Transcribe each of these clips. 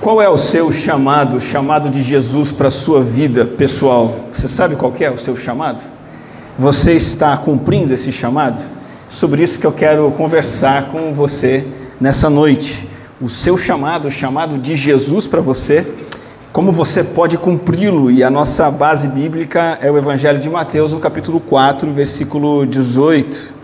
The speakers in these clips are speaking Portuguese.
Qual é o seu chamado, chamado de Jesus para a sua vida pessoal? Você sabe qual que é o seu chamado? Você está cumprindo esse chamado? Sobre isso que eu quero conversar com você nessa noite. O seu chamado, o chamado de Jesus para você, como você pode cumpri-lo? E a nossa base bíblica é o Evangelho de Mateus, no capítulo 4, versículo 18.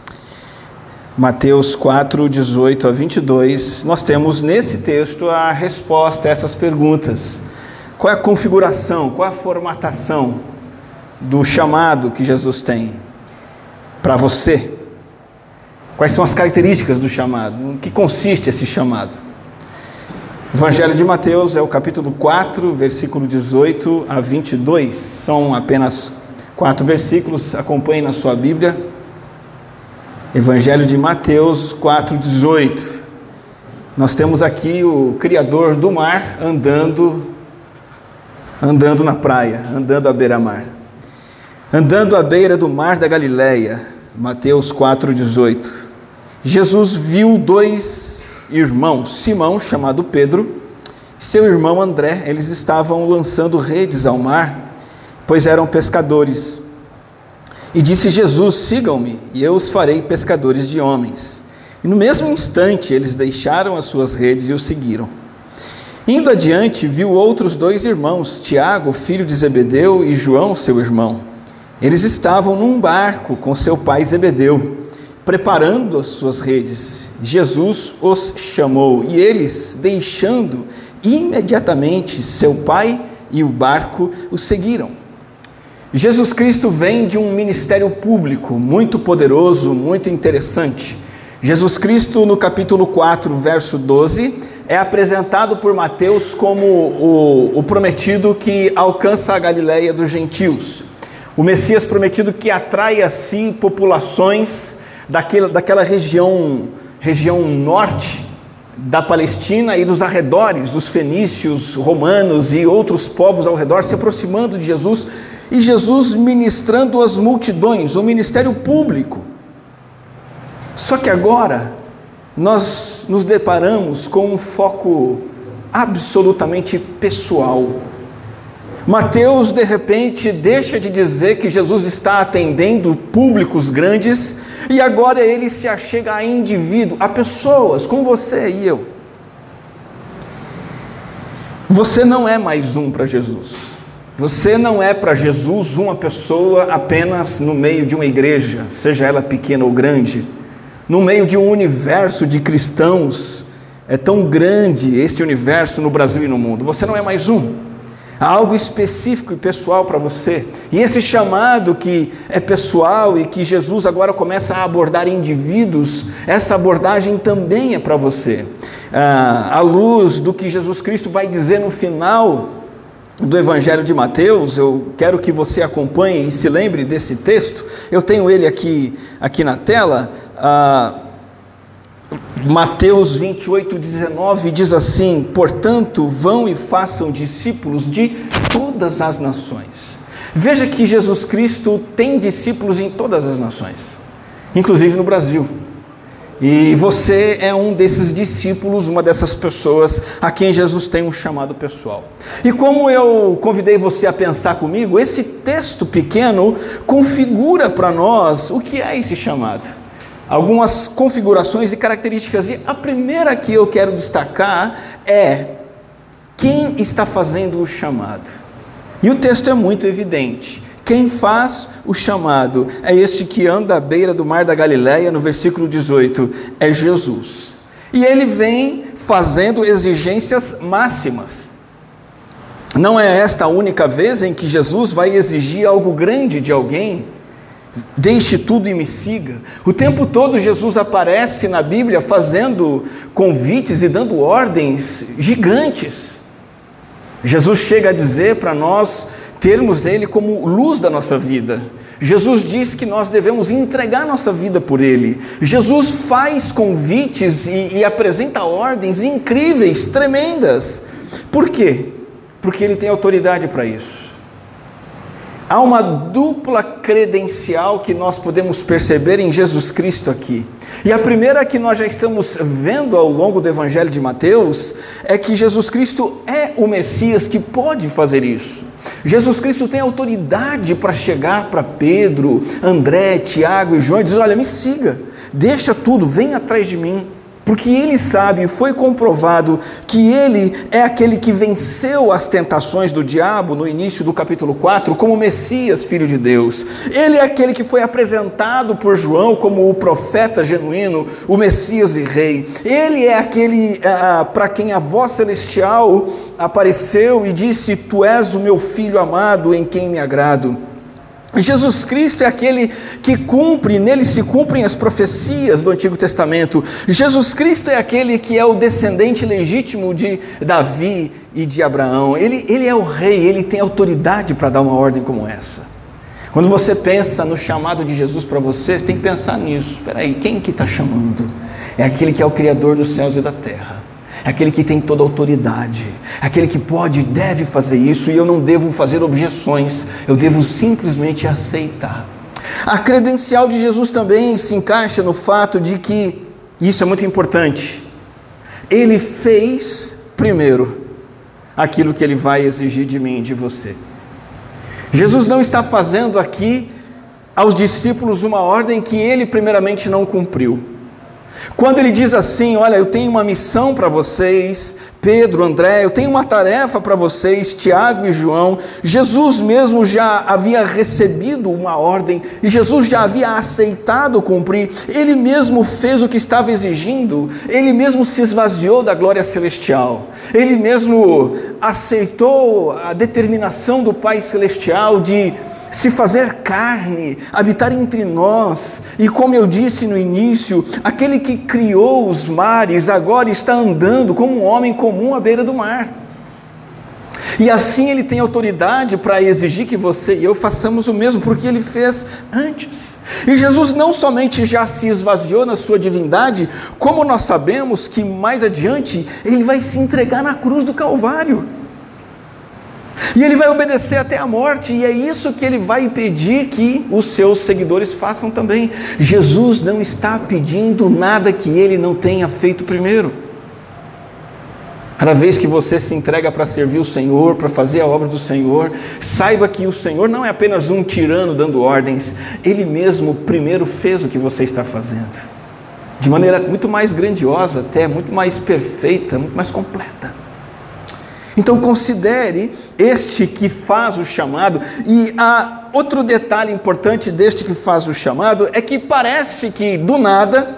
Mateus 4, 18 a 22, nós temos nesse texto a resposta a essas perguntas. Qual é a configuração, qual é a formatação do chamado que Jesus tem para você? Quais são as características do chamado? Em que consiste esse chamado? Evangelho de Mateus é o capítulo 4, versículo 18 a 22. São apenas 4 versículos, acompanhe na sua Bíblia. Evangelho de Mateus 4, 18. Nós temos aqui o Criador do mar andando na praia, andando à beira-mar. Andando à beira do mar da Galileia. Mateus 4, 18. Jesus viu 2 irmãos, Simão, chamado Pedro, e seu irmão André. Eles estavam lançando redes ao mar, pois eram pescadores. E disse Jesus: sigam-me, e eu os farei pescadores de homens. E no mesmo instante eles deixaram as suas redes e o seguiram. Indo adiante, viu outros 2 irmãos, Tiago, filho de Zebedeu, e João, seu irmão. Eles estavam num barco com seu pai Zebedeu, preparando as suas redes. Jesus os chamou, e eles, deixando imediatamente seu pai e o barco, o seguiram. Jesus Cristo vem de um ministério público muito poderoso, muito interessante. Jesus Cristo, no capítulo 4, verso 12, é apresentado por Mateus como o prometido que alcança a Galileia dos gentios. O Messias prometido que atrai a si populações daquela região norte da Palestina e dos arredores, dos fenícios, romanos e outros povos ao redor, se aproximando de Jesus. E Jesus ministrando às multidões, um ministério público. Só que agora, nós nos deparamos com um foco absolutamente pessoal. Mateus, de repente, deixa de dizer que Jesus está atendendo públicos grandes, e agora ele se achega a indivíduo, a pessoas, como você e eu. Você não é mais um para Jesus. Você não é para Jesus uma pessoa apenas no meio de uma igreja, seja ela pequena ou grande, no meio de um universo de cristãos. É tão grande esse universo no Brasil e no mundo. Você não é mais um. Há algo específico e pessoal para você. E esse chamado que é pessoal e que Jesus agora começa a abordar indivíduos, essa abordagem também é para você. À luz do que Jesus Cristo vai dizer no final do Evangelho de Mateus, eu quero que você acompanhe e se lembre desse texto. Eu tenho ele aqui na tela. Mateus 28, 19 diz assim: portanto, vão e façam discípulos de todas as nações. Veja que Jesus Cristo tem discípulos em todas as nações, inclusive no Brasil. E você é um desses discípulos, uma dessas pessoas a quem Jesus tem um chamado pessoal. E como eu convidei você a pensar comigo, esse texto pequeno configura para nós o que é esse chamado. Algumas configurações e características. E a primeira que eu quero destacar é quem está fazendo o chamado. E o texto é muito evidente. Quem faz o chamado é esse que anda à beira do mar da Galileia, no versículo 18, é Jesus. E ele vem fazendo exigências máximas. Não é esta a única vez em que Jesus vai exigir algo grande de alguém. Deixe tudo e me siga. O tempo todo Jesus aparece na Bíblia fazendo convites e dando ordens gigantes. Jesus chega a dizer para nós termos Ele como luz da nossa vida. Jesus diz que nós devemos entregar nossa vida por Ele. Jesus faz convites e apresenta ordens incríveis, tremendas. Por quê? Porque Ele tem autoridade para isso. Há uma dupla credencial que nós podemos perceber em Jesus Cristo aqui. E a primeira que nós já estamos vendo ao longo do Evangelho de Mateus é que Jesus Cristo é o Messias que pode fazer isso. Jesus Cristo tem autoridade para chegar para Pedro, André, Tiago e João e dizer: olha, me siga, deixa tudo, vem atrás de mim. Porque ele sabe, foi comprovado que ele é aquele que venceu as tentações do diabo no início do capítulo 4 como Messias, Filho de Deus. Ele é aquele que foi apresentado por João como o profeta genuíno, o Messias e Rei. Ele é aquele para quem a voz celestial apareceu e disse: tu és o meu Filho amado em quem me agrado. Jesus Cristo é aquele que cumpre, nele se cumprem as profecias do Antigo Testamento. Jesus Cristo é aquele que é o descendente legítimo de Davi e de Abraão. Ele é o rei, ele tem autoridade para dar uma ordem como essa. Quando você pensa no chamado de Jesus para você, você tem que pensar nisso. Espera aí, quem que está chamando? É aquele que é o Criador dos céus e da terra. É aquele que tem toda a autoridade, é aquele que pode e deve fazer isso, e eu não devo fazer objeções, eu devo simplesmente aceitar. A credencial de Jesus também se encaixa no fato de que, isso é muito importante, ele fez primeiro aquilo que ele vai exigir de mim e de você. Jesus não está fazendo aqui aos discípulos uma ordem que ele primeiramente não cumpriu. Quando ele diz assim: olha, eu tenho uma missão para vocês, Pedro, André, eu tenho uma tarefa para vocês, Tiago e João, Jesus mesmo já havia recebido uma ordem, e Jesus já havia aceitado cumprir, ele mesmo fez o que estava exigindo, ele mesmo se esvaziou da glória celestial, ele mesmo aceitou a determinação do Pai Celestial de se fazer carne, habitar entre nós, e como eu disse no início, aquele que criou os mares agora está andando como um homem comum à beira do mar, e assim ele tem autoridade para exigir que você e eu façamos o mesmo, porque ele fez antes. E Jesus não somente já se esvaziou na sua divindade, como nós sabemos que mais adiante ele vai se entregar na cruz do Calvário, e ele vai obedecer até a morte, e é isso que ele vai pedir que os seus seguidores façam também. Jesus não está pedindo nada que ele não tenha feito primeiro. Cada vez que você se entrega para servir o Senhor, para fazer a obra do Senhor, saiba que o Senhor não é apenas um tirano dando ordens, ele mesmo primeiro fez o que você está fazendo, de maneira muito mais grandiosa até, muito mais perfeita, muito mais completa. Então considere este que faz o chamado. E outro detalhe importante deste que faz o chamado é que parece que do nada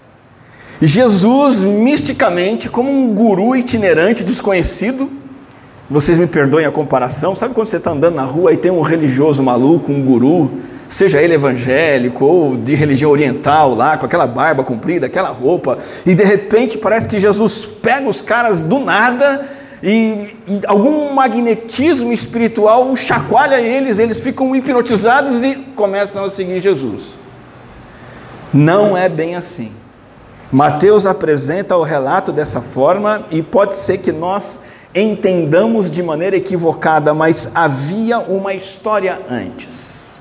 Jesus misticamente, como um guru itinerante desconhecido, vocês me perdoem a comparação, sabe quando você está andando na rua e tem um religioso maluco, um guru, seja ele evangélico ou de religião oriental lá, com aquela barba comprida, aquela roupa, e de repente parece que Jesus pega os caras do nada e algum magnetismo espiritual chacoalha eles ficam hipnotizados e começam a seguir Jesus. Não é bem assim. Mateus apresenta o relato dessa forma, e pode ser que nós entendamos de maneira equivocada, mas havia uma história antes.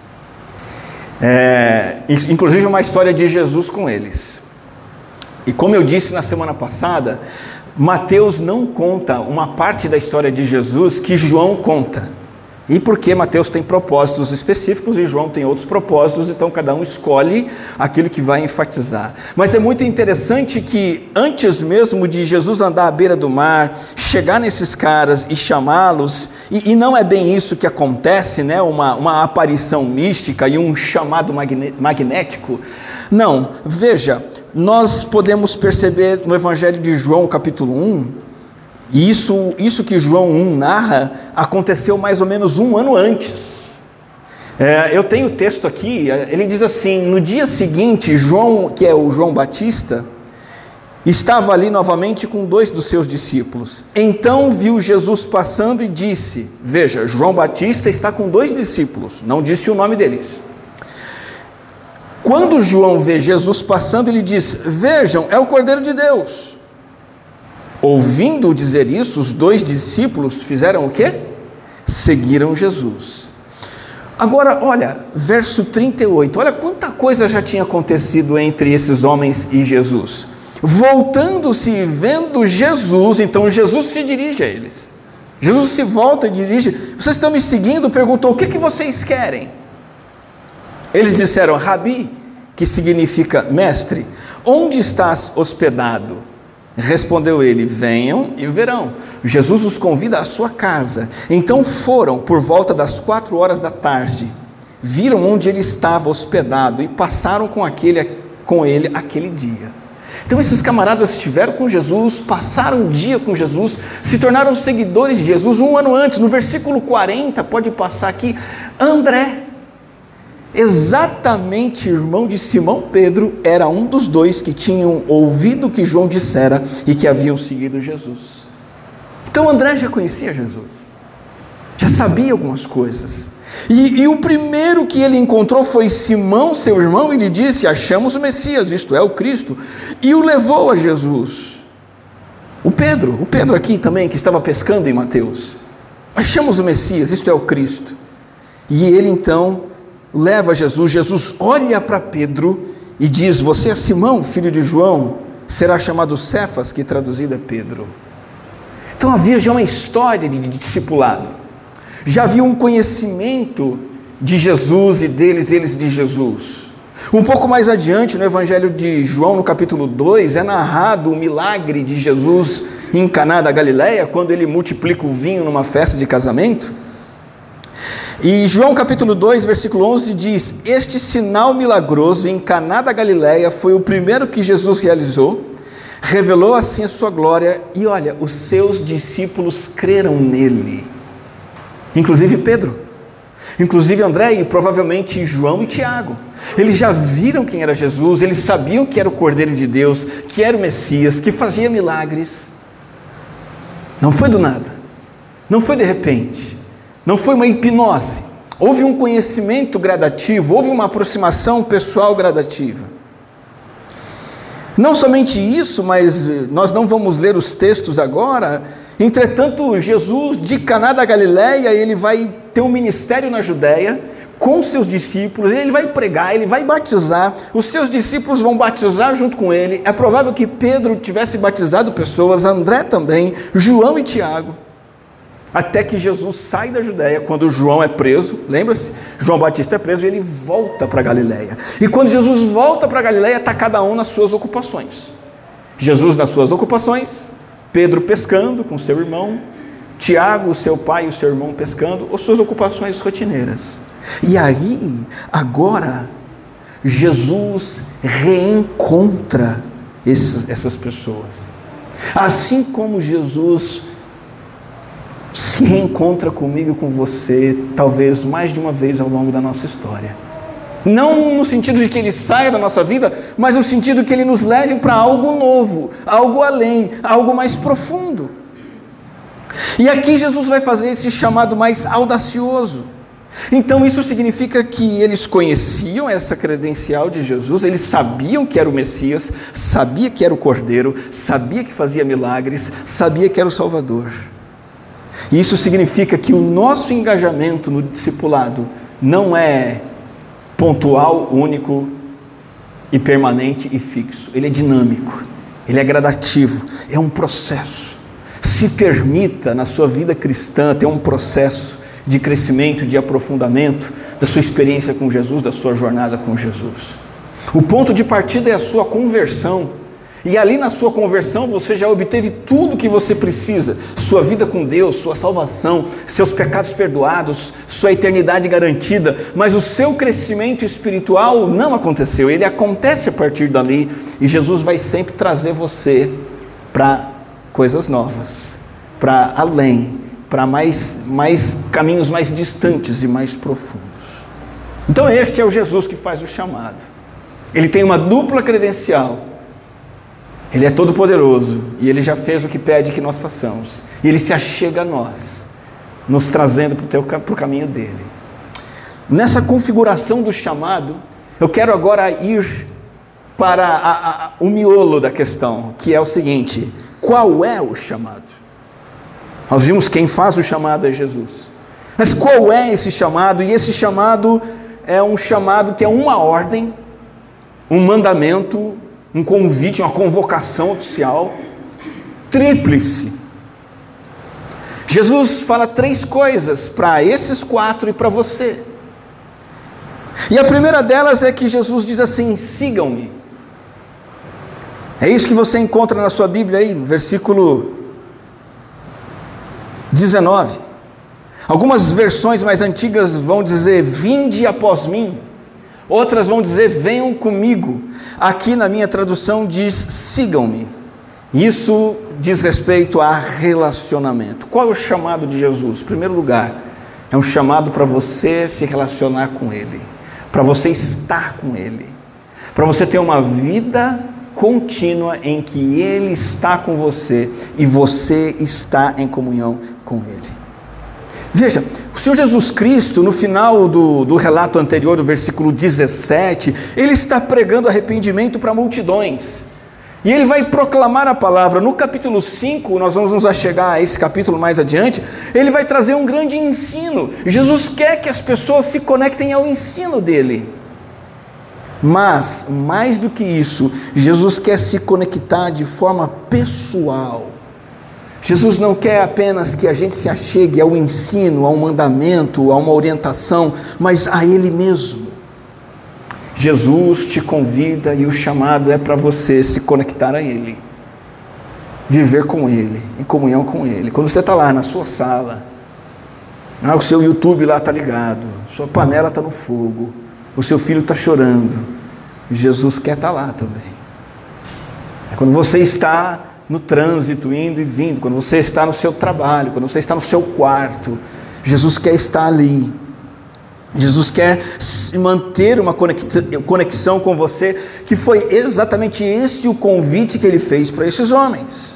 Inclusive uma história de Jesus com eles. E como eu disse na semana passada, Mateus não conta uma parte da história de Jesus que João conta. E porque Mateus tem propósitos específicos e João tem outros propósitos, então cada um escolhe aquilo que vai enfatizar. Mas é muito interessante que antes mesmo de Jesus andar à beira do mar, chegar nesses caras e chamá-los, e não é bem isso que acontece, né? Uma aparição mística e um chamado magnético. Não, veja, nós podemos perceber no Evangelho de João, capítulo 1, e isso que João 1 narra, aconteceu mais ou menos um ano antes. Eu tenho o texto aqui, ele diz assim: no dia seguinte, João, que é o João Batista, estava ali novamente com 2 dos seus discípulos. Então viu Jesus passando e disse, veja, João Batista está com 2 discípulos, não disse o nome deles. Quando João vê Jesus passando, ele diz: vejam, é o Cordeiro de Deus. Ouvindo dizer isso, os 2 discípulos fizeram o quê? Seguiram Jesus. Agora, olha, verso 38, olha quanta coisa já tinha acontecido entre esses homens e Jesus. Voltando-se e vendo Jesus, então Jesus se dirige a eles. Jesus se volta e dirige: vocês estão me seguindo? Perguntou: o que vocês querem? Eles disseram: Rabi, que significa mestre, onde estás hospedado? Respondeu ele: venham e verão. Jesus os convida à sua casa. Então foram por volta das 4 da tarde, viram onde ele estava hospedado e passaram com ele aquele dia. Então esses camaradas estiveram com Jesus, passaram o dia com Jesus, se tornaram seguidores de Jesus. Um ano antes, no versículo 40, pode passar aqui, André, exatamente irmão de Simão Pedro, era um dos dois que tinham ouvido o que João dissera e que haviam seguido Jesus. Então André já conhecia Jesus, já sabia algumas coisas, e o primeiro que ele encontrou foi Simão, seu irmão, e lhe disse: achamos o Messias, isto é, o Cristo, e o levou a Jesus. O Pedro aqui também, que estava pescando em Mateus: achamos o Messias, isto é, o Cristo. E ele então leva Jesus. Jesus olha para Pedro e diz: você é Simão, filho de João, será chamado Cefas, que traduzido é Pedro. Então havia já uma história de discipulado, já havia um conhecimento de Jesus e eles de Jesus. Um pouco mais adiante, no Evangelho de João, no capítulo 2, é narrado o milagre de Jesus em Caná da Galileia, quando ele multiplica o vinho numa festa de casamento. E João capítulo 2, versículo 11 diz: este sinal milagroso em Caná da Galileia foi o primeiro que Jesus realizou, revelou assim a sua glória, e olha, os seus discípulos creram nele, inclusive Pedro, inclusive André e provavelmente João e Tiago. Eles já viram quem era Jesus, eles sabiam que era o Cordeiro de Deus, que era o Messias, que fazia milagres. Não foi do nada, não foi de repente, não foi uma hipnose, houve um conhecimento gradativo, houve uma aproximação pessoal gradativa. Não somente isso, mas nós não vamos ler os textos agora. Entretanto, Jesus de Caná da Galileia, ele vai ter um ministério na Judéia com seus discípulos, ele vai pregar, ele vai batizar, os seus discípulos vão batizar junto com ele. É provável que Pedro tivesse batizado pessoas, André também, João e Tiago, até que Jesus sai da Judéia, quando João é preso. Lembra-se? João Batista é preso e ele volta para Galileia. E quando Jesus volta para Galileia, está cada um nas suas ocupações. Jesus nas suas ocupações, Pedro pescando com seu irmão, Tiago, seu pai e o seu irmão pescando, ou suas ocupações rotineiras. E aí, agora, Jesus reencontra essas pessoas. Assim como Jesus se reencontra comigo e com você, talvez mais de uma vez ao longo da nossa história. Não no sentido de que ele saia da nossa vida, mas no sentido que ele nos leve para algo novo, algo além, algo mais profundo. E aqui Jesus vai fazer esse chamado mais audacioso. Então isso significa que eles conheciam essa credencial de Jesus, eles sabiam que era o Messias, sabia que era o Cordeiro, sabia que fazia milagres, sabia que era o Salvador. E isso significa que o nosso engajamento no discipulado não é pontual, único e permanente e fixo. Ele é dinâmico, ele é gradativo, é um processo. Se permita na sua vida cristã ter um processo de crescimento, de aprofundamento da sua experiência com Jesus, da sua jornada com Jesus. O ponto de partida é a sua conversão. E ali na sua conversão você já obteve tudo que você precisa: sua vida com Deus, sua salvação, seus pecados perdoados, sua eternidade garantida. Mas o seu crescimento espiritual não aconteceu, ele acontece a partir dali. E Jesus vai sempre trazer você para coisas novas, para além, para mais caminhos mais distantes e mais profundos. Então este é o Jesus que faz o chamado. Ele tem uma dupla credencial. Ele é todo poderoso e ele já fez o que pede que nós façamos. E ele se achega a nós, nos trazendo para o caminho dele. Nessa configuração do chamado, eu quero agora ir para o miolo da questão, que é o seguinte: qual é o chamado? Nós vimos quem faz o chamado é Jesus. Mas qual é esse chamado? E esse chamado é um chamado que é uma ordem, um mandamento, um convite, uma convocação oficial, tríplice. Jesus fala 3 coisas para esses 4 e para você. E a primeira delas é que Jesus diz assim: sigam-me. É isso que você encontra na sua Bíblia aí, no versículo 19. Algumas versões mais antigas vão dizer: vinde após mim. Outras vão dizer: venham comigo. Aqui na minha tradução diz: sigam-me. Isso diz respeito a relacionamento. Qual é o chamado de Jesus? Em primeiro lugar, é um chamado para você se relacionar com Ele, para você estar com Ele, para você ter uma vida contínua em que Ele está com você e você está em comunhão com Ele. Veja, o Senhor Jesus Cristo, no final do relato anterior, do versículo 17, Ele está pregando arrependimento para multidões. E Ele vai proclamar a palavra. No capítulo 5, nós vamos nos achegar a esse capítulo mais adiante, Ele vai trazer um grande ensino. Jesus quer que as pessoas se conectem ao ensino dEle. Mas, mais do que isso, Jesus quer se conectar de forma pessoal. Jesus não quer apenas que a gente se achegue ao ensino, ao mandamento, a uma orientação, mas a Ele mesmo. Jesus te convida e o chamado é para você se conectar a Ele, viver com Ele, em comunhão com Ele. Quando você está lá na sua sala, o seu YouTube lá está ligado, sua panela está no fogo, o seu filho está chorando, Jesus quer estar lá também. É quando você está no trânsito, indo e vindo, quando você está no seu trabalho, quando você está no seu quarto, Jesus quer estar ali. Jesus quer manter uma conexão com você, que foi exatamente esse o convite que Ele fez para esses homens.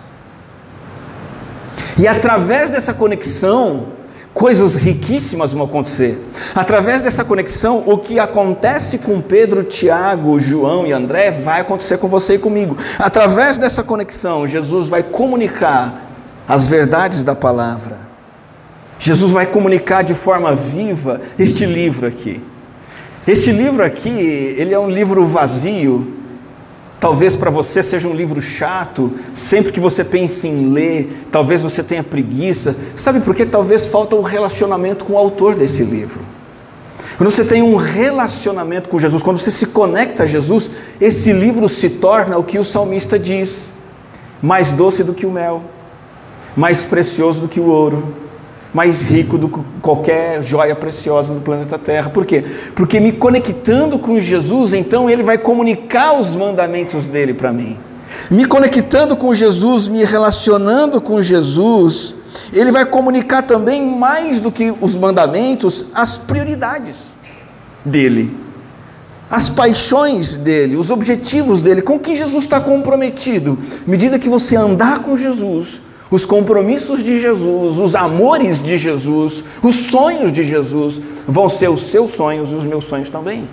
E através dessa conexão, coisas riquíssimas vão acontecer. Através dessa conexão, o que acontece com Pedro, Tiago, João e André vai acontecer com você e comigo. Através dessa conexão, Jesus vai comunicar as verdades da palavra. Jesus vai comunicar de forma viva este livro aqui. Este livro aqui, ele é um livro vazio. Talvez para você seja um livro chato, sempre que você pense em ler, talvez você tenha preguiça. Sabe por quê? Talvez falta um relacionamento com o autor desse livro. Quando você tem um relacionamento com Jesus, quando você se conecta a Jesus, esse livro se torna o que o salmista diz: mais doce do que o mel, mais precioso do que o ouro, mais rico do que qualquer joia preciosa no planeta Terra. Por quê? Porque me conectando com Jesus, então Ele vai comunicar os mandamentos dEle para mim. Me conectando com Jesus, me relacionando com Jesus, Ele vai comunicar também, mais do que os mandamentos, as prioridades dEle, as paixões dEle, os objetivos dEle, com que Jesus está comprometido. À medida que você andar com Jesus, os compromissos de Jesus, os amores de Jesus, os sonhos de Jesus, vão ser os seus sonhos e os meus sonhos também.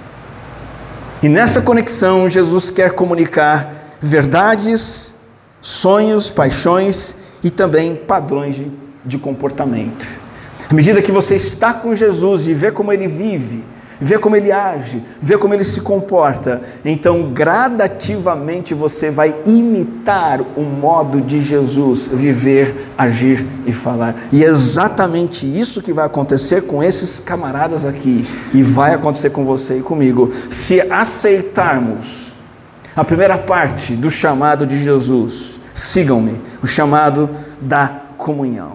E nessa conexão, Jesus quer comunicar verdades, sonhos, paixões e também padrões de comportamento. À medida que você está com Jesus e vê como Ele vive, vê como Ele age, vê como Ele se comporta, então gradativamente você vai imitar o modo de Jesus viver, agir e falar. E é exatamente isso que vai acontecer com esses camaradas aqui, e vai acontecer com você e comigo, se aceitarmos a primeira parte do chamado de Jesus: sigam-me, o chamado da comunhão.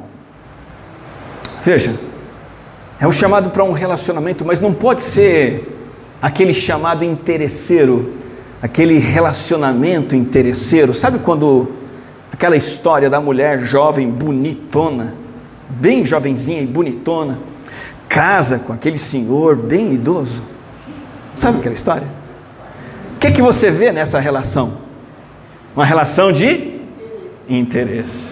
Veja, é um chamado para um relacionamento, mas não pode ser aquele chamado interesseiro, aquele relacionamento interesseiro. Sabe quando aquela história da mulher jovem, bonitona, bem jovenzinha e bonitona, casa com aquele senhor bem idoso? Sabe aquela história? O que é que você vê nessa relação? Uma relação de interesse.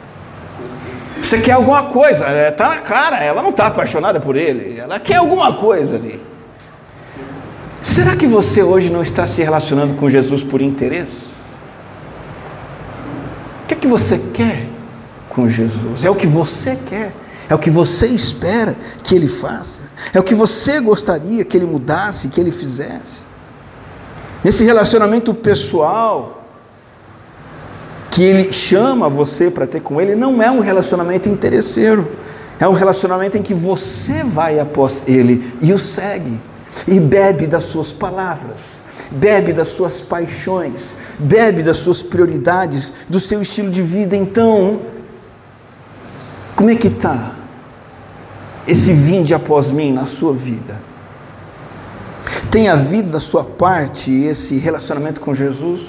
Você quer alguma coisa, está na cara, ela não está apaixonada por ele, ela quer alguma coisa ali. Será que você hoje não está se relacionando com Jesus por interesse? O que é que você quer com Jesus? É o que você quer, É o que você espera que Ele faça. É o que você gostaria que Ele mudasse, que Ele fizesse. Nesse relacionamento pessoal que Ele chama você para ter com Ele, não é um relacionamento interesseiro. É um relacionamento em que você vai após Ele e o segue. E bebe das suas palavras, bebe das suas paixões, bebe das suas prioridades, do seu estilo de vida. Então, como é que está esse vinde após mim na sua vida? Tem havido da sua parte esse relacionamento com Jesus?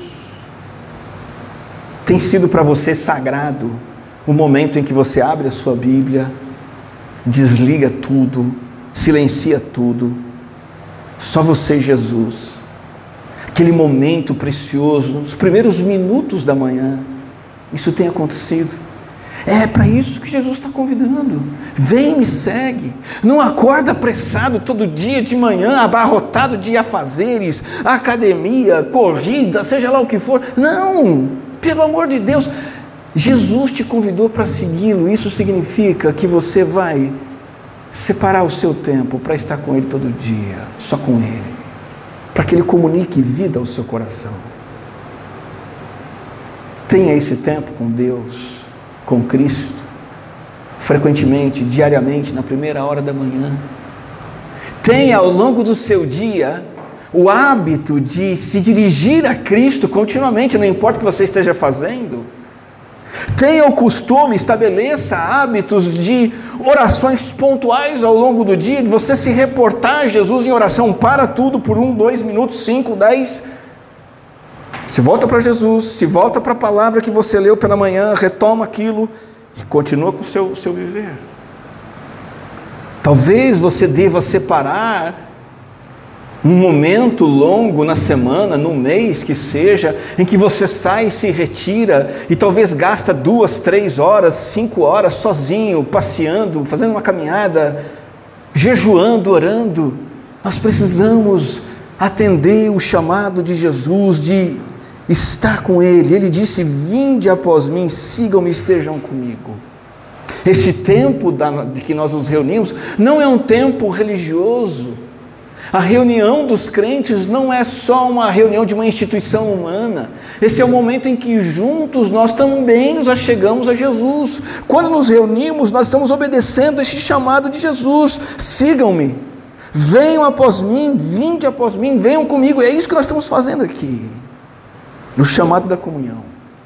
Tem sido para você sagrado o momento em que você abre a sua Bíblia, desliga tudo, silencia tudo, só você e Jesus, aquele momento precioso, nos primeiros minutos da manhã, isso tem acontecido? É para isso que Jesus está convidando. Vem, me segue. Não acorda apressado todo dia de manhã, abarrotado de afazeres, academia, corrida, seja lá o que for. Não, pelo amor de Deus, Jesus te convidou para segui-lo. Isso significa que você vai separar o seu tempo para estar com Ele todo dia, só com Ele, para que Ele comunique vida ao seu coração. Tenha esse tempo com Deus, com Cristo, frequentemente, diariamente, na primeira hora da manhã. Tenha ao longo do seu dia o hábito de se dirigir a Cristo continuamente, não importa o que você esteja fazendo. Tenha o costume, estabeleça hábitos de orações pontuais ao longo do dia, de você se reportar a Jesus em oração para tudo por 1, 2 minutos, 5, 10. Se volta para Jesus, se volta para a palavra que você leu pela manhã, retoma aquilo e continua com o seu viver. Talvez você deva separar um momento longo na semana, no mês que seja, em que você sai e se retira e talvez gasta 2, 3 horas, 5 horas sozinho, passeando, fazendo uma caminhada, jejuando, orando. Nós precisamos atender o chamado de Jesus, de estar com Ele. Ele disse: vinde após mim, sigam-me, estejam comigo. Esse tempo de que nós nos reunimos não é um tempo religioso. A reunião dos crentes não é só uma reunião de uma instituição humana. Esse é o momento em que juntos nós também nos achegamos a Jesus. Quando nos reunimos, nós estamos obedecendo esse chamado de Jesus: sigam-me, venham após mim, vinde após mim, venham comigo. É isso que nós estamos fazendo aqui, o chamado da comunhão.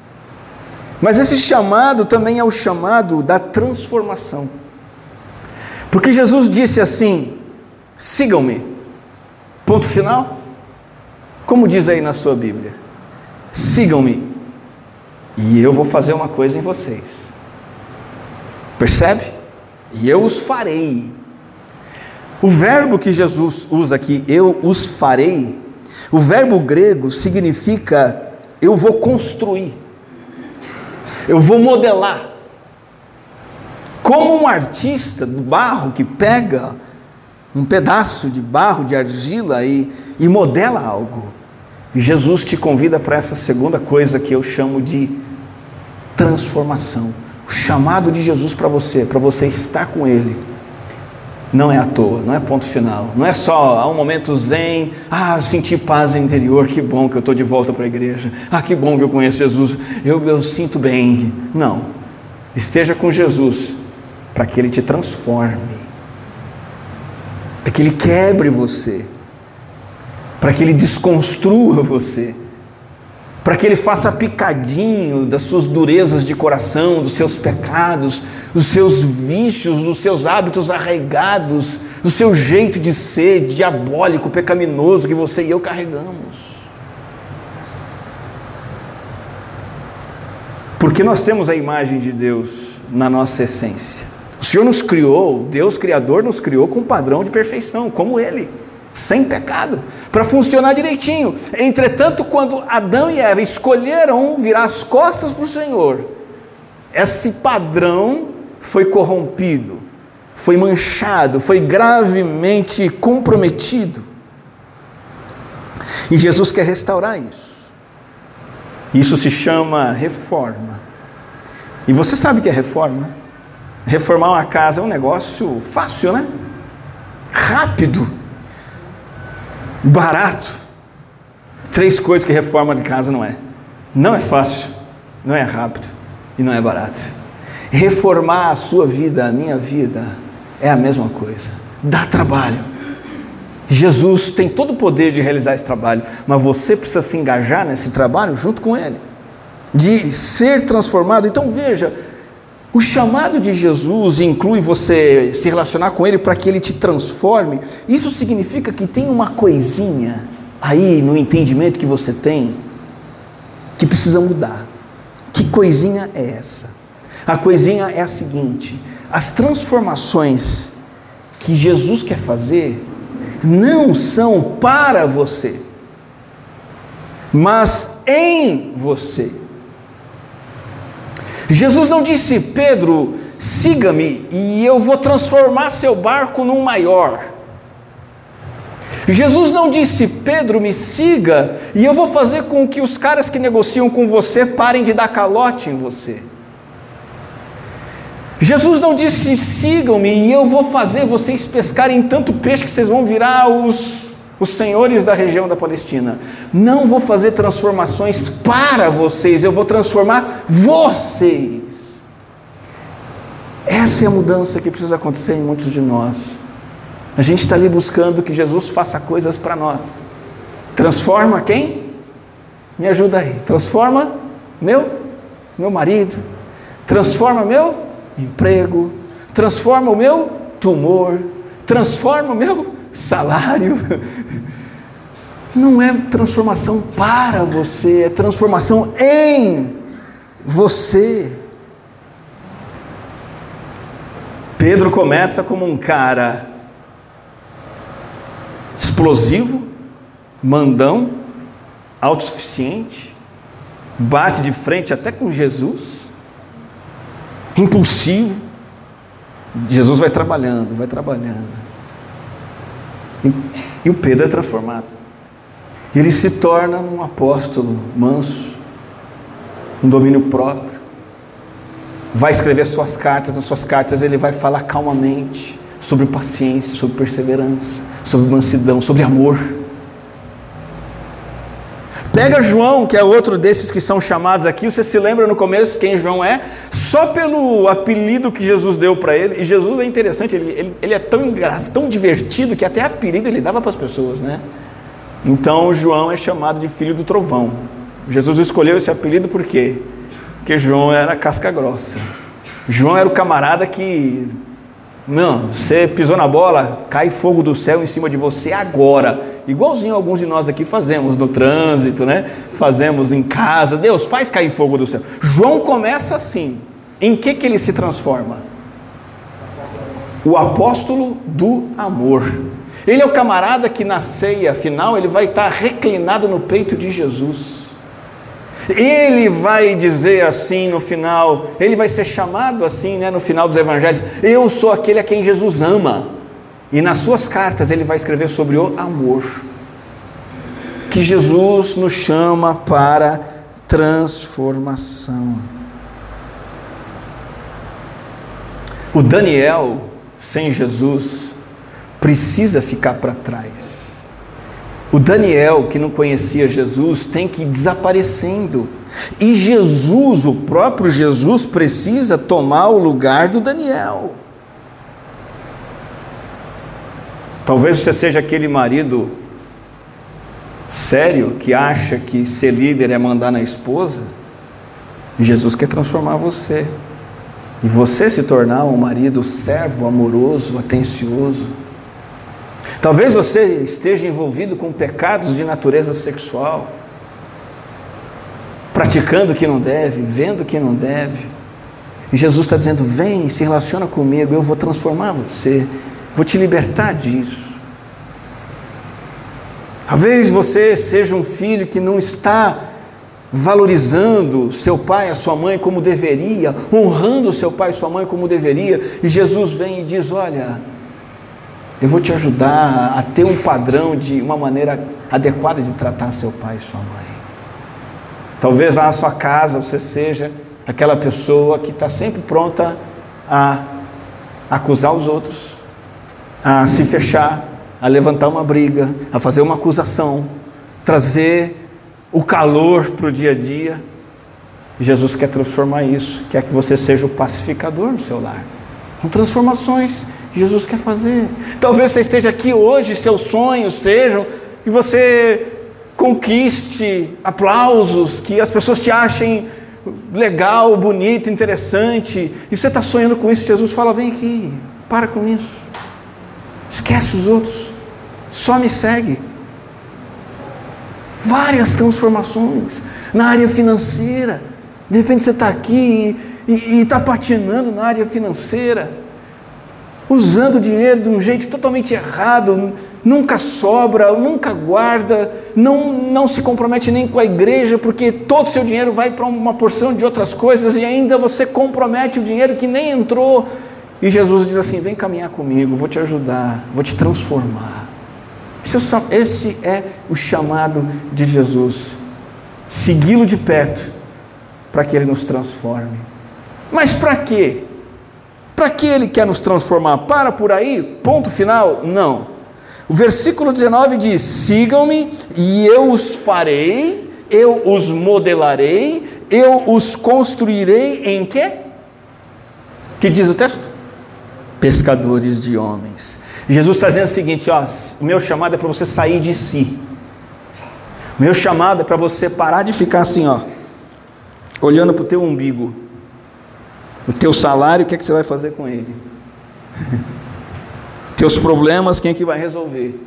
Mas esse chamado também é o chamado da transformação, porque Jesus disse assim: sigam-me, ponto final. Como diz aí na sua Bíblia, sigam-me e eu vou fazer uma coisa em vocês. Percebe? E eu os farei. O verbo que Jesus usa aqui, eu os farei, o verbo grego significa eu vou construir, eu vou modelar. Como um artista do barro que pega um pedaço de barro, de argila e modela algo. Jesus te convida para essa segunda coisa que eu chamo de transformação. O chamado de Jesus para você estar com Ele, não é à toa, não é ponto final, não é só um momento zen, senti paz interior, que bom que eu estou de volta para a igreja, que bom que eu conheço Jesus, eu sinto bem. Não, esteja com Jesus para que Ele te transforme, para que Ele quebre você, para que Ele desconstrua você, para que Ele faça picadinho das suas durezas de coração, dos seus pecados, dos seus vícios, dos seus hábitos arraigados, do seu jeito de ser diabólico, pecaminoso que você e eu carregamos. Porque nós temos a imagem de Deus na nossa essência. O Senhor nos criou, Deus Criador nos criou com um padrão de perfeição, como Ele, sem pecado, para funcionar direitinho. Entretanto, quando Adão e Eva escolheram virar as costas para o Senhor, esse padrão foi corrompido, foi manchado, foi gravemente comprometido. E Jesus quer restaurar isso. Isso se chama reforma. E você sabe o que é reforma? Reformar uma casa é um negócio fácil, né? Rápido, barato. 3 coisas que reforma de casa não é. Não é fácil, não é rápido e não é barato. Reformar a sua vida, a minha vida, é a mesma coisa. Dá trabalho. Jesus tem todo o poder de realizar esse trabalho, mas você precisa se engajar nesse trabalho junto com Ele, de ser transformado. Então veja, o chamado de Jesus inclui você se relacionar com Ele para que Ele te transforme. Isso significa que tem uma coisinha aí no entendimento que você tem que precisa mudar. Que coisinha é essa? A coisinha é a seguinte: as transformações que Jesus quer fazer não são para você, mas em você. Jesus não disse: Pedro, siga-me e eu vou transformar seu barco num maior. Jesus não disse: Pedro, me siga e eu vou fazer com que os caras que negociam com você parem de dar calote em você. Jesus não disse: sigam-me e eu vou fazer vocês pescarem tanto peixe que vocês vão virar os senhores da região da Palestina. Não vou fazer transformações para vocês, eu vou transformar vocês. Essa é a mudança que precisa acontecer em muitos de nós. A gente está ali buscando que Jesus faça coisas para nós. Transforma quem? Me ajuda aí. Transforma meu marido. Transforma meu emprego. Transforma o meu tumor. Transforma o meu salário. Não é transformação para você, é transformação em você. Pedro começa como um cara explosivo, mandão, autossuficiente, bate de frente até com Jesus, impulsivo. Jesus vai trabalhando. E o Pedro é transformado. Ele se torna um apóstolo manso, um domínio próprio. Vai escrever suas cartas. Nas suas cartas ele vai falar calmamente sobre paciência, sobre perseverança, sobre mansidão, sobre amor. Pega João, que é outro desses que são chamados aqui. Você se lembra no começo quem João é? Só pelo apelido que Jesus deu para ele. E Jesus é interessante, ele é tão engraçado, tão divertido, que até apelido ele dava para as pessoas, né? Então João é chamado de filho do trovão. Jesus escolheu esse apelido por quê? Porque João era casca grossa. João era o camarada que... Não, você pisou na bola, cai fogo do céu em cima de você agora. Igualzinho alguns de nós aqui fazemos no trânsito, né? Fazemos em casa. Deus, faz cair fogo do céu. João começa assim. Em que ele se transforma? O apóstolo do amor. Ele é o camarada que na ceia final ele vai estar reclinado no peito de Jesus. Ele vai dizer assim no final, ele vai ser chamado assim, né, no final dos evangelhos: eu sou aquele a quem Jesus ama. E nas suas cartas ele vai escrever sobre o amor, que Jesus nos chama para transformação. O Daniel sem Jesus precisa ficar para trás. O Daniel, que não conhecia Jesus, tem que ir desaparecendo. E Jesus, o próprio Jesus, precisa tomar o lugar do Daniel. Talvez você seja aquele marido sério que acha que ser líder é mandar na esposa. E Jesus quer transformar você. E você se tornar um marido servo, amoroso, atencioso. Talvez você esteja envolvido com pecados de natureza sexual, praticando o que não deve, vendo o que não deve. E Jesus está dizendo: vem, se relaciona comigo, eu vou transformar você, vou te libertar disso. Talvez você seja um filho que não está valorizando seu pai, a sua mãe como deveria, honrando seu pai e sua mãe como deveria, e Jesus vem e diz: olha, eu vou te ajudar a ter um padrão, de uma maneira adequada de tratar seu pai e sua mãe. Talvez lá na sua casa você seja aquela pessoa que está sempre pronta a a acusar os outros, a se fechar, a levantar uma briga, a fazer uma acusação, trazer o calor para o dia a dia. Jesus quer transformar isso, quer que você seja o pacificador no seu lar. São transformações que Jesus quer fazer. Talvez você esteja aqui hoje, seus sonhos sejam que você conquiste aplausos, que as pessoas te achem legal, bonito, interessante, e você está sonhando com isso. Jesus fala: vem aqui, para com isso, esquece os outros, só me segue. Várias transformações na área financeira. De repente você está aqui e está patinando na área financeira, usando o dinheiro de um jeito totalmente errado, nunca sobra, nunca guarda, não se compromete nem com a igreja, porque todo o seu dinheiro vai para uma porção de outras coisas, e ainda você compromete o dinheiro que nem entrou. E Jesus diz assim: vem caminhar comigo, vou te ajudar, vou te transformar. Esse é o chamado de Jesus, segui-lo de perto, para que Ele nos transforme. Mas para quê? Para que Ele quer nos transformar? Para por aí? Ponto final? Não. O versículo 19 diz: sigam-me e eu os farei, eu os modelarei, eu os construirei em quê? O que diz o texto? Pescadores de homens. Jesus está dizendo o seguinte: ó, o meu chamado é para você sair de si. O meu chamado é para você parar de ficar assim, ó, olhando para o teu umbigo. O teu salário, o que é que você vai fazer com ele? Teus problemas, quem é que vai resolver?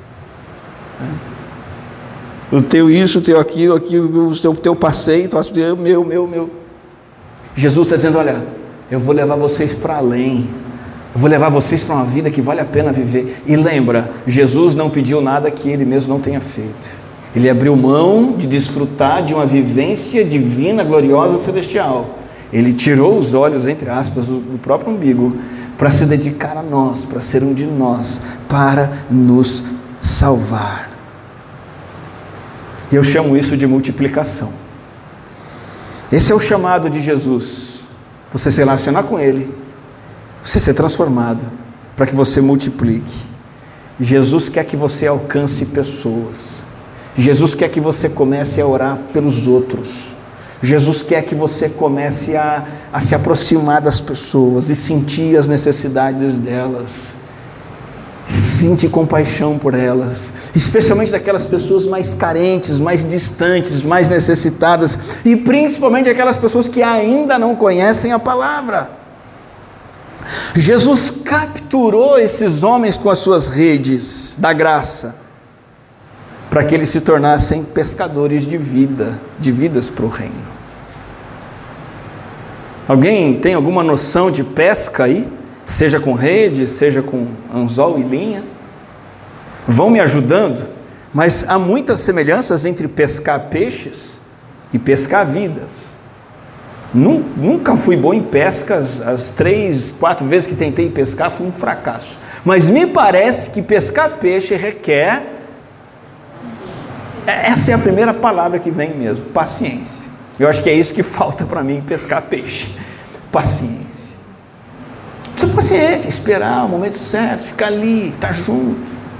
O teu isso, o teu aquilo, o teu passeio, meu. Jesus está dizendo: olha, eu vou levar vocês para além. Eu vou levar vocês para uma vida que vale a pena viver. E lembra, Jesus não pediu nada que Ele mesmo não tenha feito. Ele abriu mão de desfrutar de uma vivência divina, gloriosa, celestial. Ele tirou os olhos, entre aspas, do próprio umbigo, para se dedicar a nós, para ser um de nós, para nos salvar. E eu chamo isso de multiplicação. Esse é o chamado de Jesus. Você se relacionar com Ele, você ser transformado, para que você multiplique. Jesus quer que você alcance pessoas. Jesus quer que você comece a orar pelos outros. Jesus quer que você comece a se aproximar das pessoas e sentir as necessidades delas. Sentir compaixão por elas, especialmente daquelas pessoas mais carentes, mais distantes, mais necessitadas, e principalmente aquelas pessoas que ainda não conhecem a palavra. Jesus capturou esses homens com as suas redes da graça, para que eles se tornassem pescadores de vidas para o reino. Alguém tem alguma noção de pesca aí? Seja com rede, seja com anzol e linha? Vão me ajudando? Mas há muitas semelhanças entre pescar peixes e pescar vidas. Nunca fui bom em pescas, as 3, 4 vezes que tentei pescar foi um fracasso. Mas me parece que pescar peixe requer... Essa é a primeira palavra que vem mesmo, paciência. Eu acho que é isso que falta para mim, pescar peixe. Paciência. Precisa de paciência, esperar o momento certo, ficar ali, estar junto.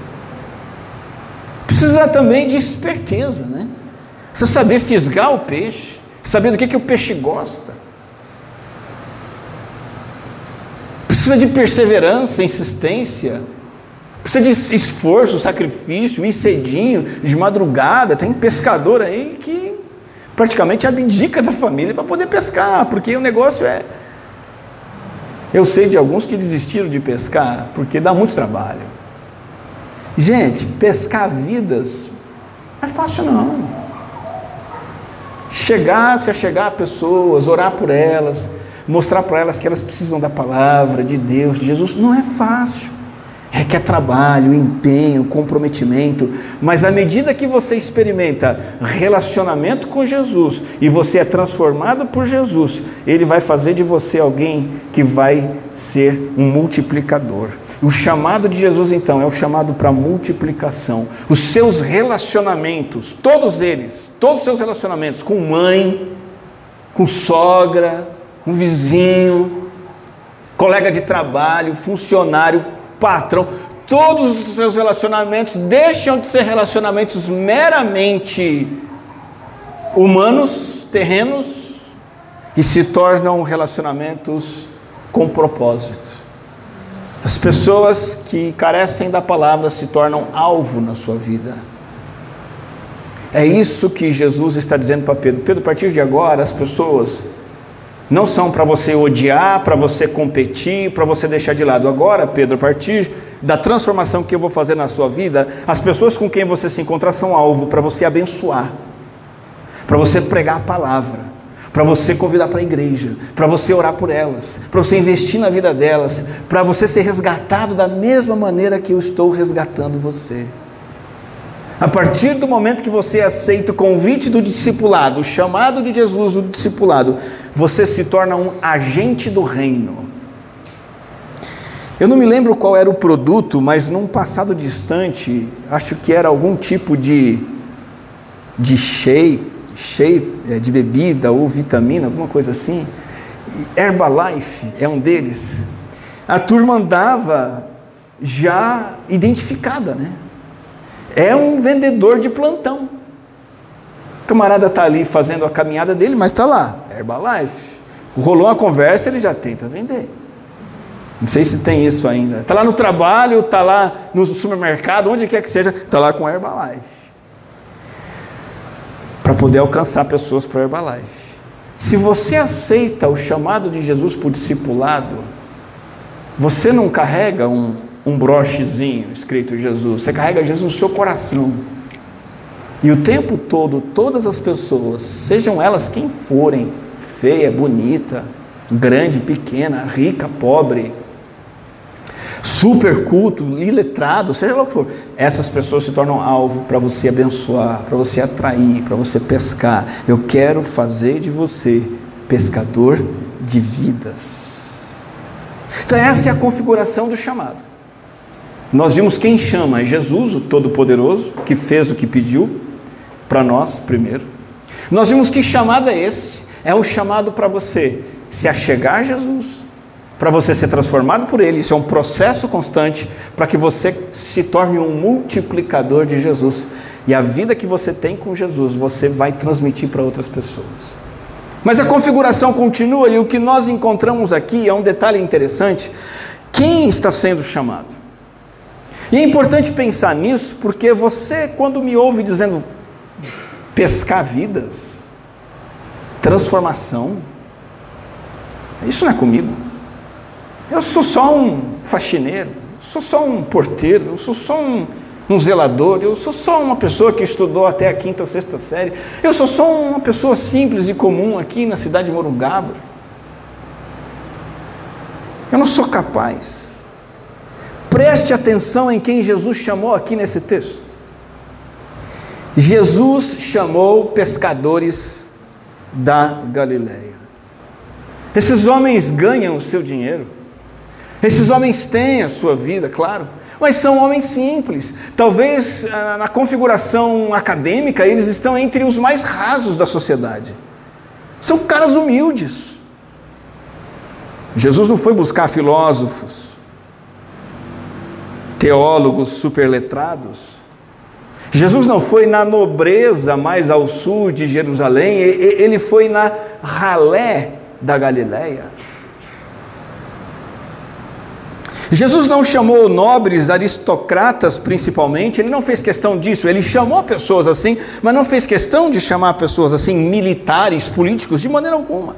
Precisa também de esperteza, né? Precisa saber fisgar o peixe, saber do que o peixe gosta. Precisa de perseverança, insistência. Precisa de esforço, sacrifício, ir cedinho, de madrugada. Tem pescador aí que praticamente abdica da família para poder pescar, porque o negócio é... Eu sei de alguns que desistiram de pescar, porque dá muito trabalho. Gente, pescar vidas não é fácil não. Se achegar a pessoas, orar por elas, mostrar para elas que elas precisam da palavra, de Deus, de Jesus, não é fácil. Requer trabalho, empenho, comprometimento, mas à medida que você experimenta relacionamento com Jesus e você é transformado por Jesus, Ele vai fazer de você alguém que vai ser um multiplicador. O chamado de Jesus, então, é o chamado para multiplicação. Os seus relacionamentos, todos os seus relacionamentos com mãe, com sogra, com vizinho, colega de trabalho, funcionário, patrão, todos os seus relacionamentos deixam de ser relacionamentos meramente humanos, terrenos, e se tornam relacionamentos com propósito. As pessoas que carecem da palavra se tornam alvo na sua vida. É isso que Jesus está dizendo para Pedro. Pedro, a partir de agora, as pessoas não são para você odiar, para você competir, para você deixar de lado. Agora, Pedro, a partir da transformação que eu vou fazer na sua vida, as pessoas com quem você se encontrar são alvo para você abençoar, para você pregar a palavra, para você convidar para a igreja, para você orar por elas, para você investir na vida delas, para você ser resgatado da mesma maneira que eu estou resgatando você. A partir do momento que você aceita o convite do discipulado, o chamado de Jesus do discipulado, você se torna um agente do reino. Eu não me lembro qual era o produto, mas num passado distante, acho que era algum tipo de shake, de bebida ou vitamina, alguma coisa assim. Herbalife é um deles. A turma andava já identificada, né? É um vendedor de plantão. O camarada está ali fazendo a caminhada dele, mas está lá, Herbalife. Rolou uma conversa, ele já tenta vender. Não sei se tem isso ainda. Está lá no trabalho, está lá no supermercado, onde quer que seja, está lá com Herbalife. Para poder alcançar pessoas para o Herbalife. Se você aceita o chamado de Jesus por discipulado, você não carrega um brochezinho escrito Jesus, você carrega Jesus no seu coração. E o tempo todo, todas as pessoas, sejam elas quem forem, feia, bonita, grande, pequena, rica, pobre, super culto, iletrado, seja lá o que for, essas pessoas se tornam alvo para você abençoar, para você atrair, para você pescar. Eu quero fazer de você pescador de vidas. Então essa é a configuração do chamado. Nós vimos quem chama é Jesus, o Todo-Poderoso, que fez o que pediu para nós primeiro. Nós vimos que chamado é esse, é um chamado para você se achegar a Jesus, para você ser transformado por Ele. Isso é um processo constante para que você se torne um multiplicador de Jesus. E a vida que você tem com Jesus, você vai transmitir para outras pessoas. Mas a configuração continua, e o que nós encontramos aqui é um detalhe interessante. Quem está sendo chamado? E é importante pensar nisso, porque você, quando me ouve dizendo pescar vidas, transformação, isso não é comigo. Eu sou só um faxineiro, sou só um porteiro, eu sou só um zelador, eu sou só uma pessoa que estudou até a 5ª, 6ª série, eu sou só uma pessoa simples e comum aqui na cidade de Morungaba. Eu não sou capaz. Preste atenção em quem Jesus chamou aqui nesse texto. Jesus chamou pescadores da Galileia. Esses homens ganham o seu dinheiro. Esses homens têm a sua vida, claro, mas são homens simples. Talvez na configuração acadêmica eles estão entre os mais rasos da sociedade. São caras humildes. Jesus não foi buscar filósofos, teólogos superletrados. Jesus não foi na nobreza mais ao sul de Jerusalém, ele foi na ralé da Galileia. Jesus não chamou nobres, aristocratas principalmente, ele não fez questão disso, ele chamou pessoas assim, mas não fez questão de chamar pessoas assim, militares, políticos, de maneira alguma.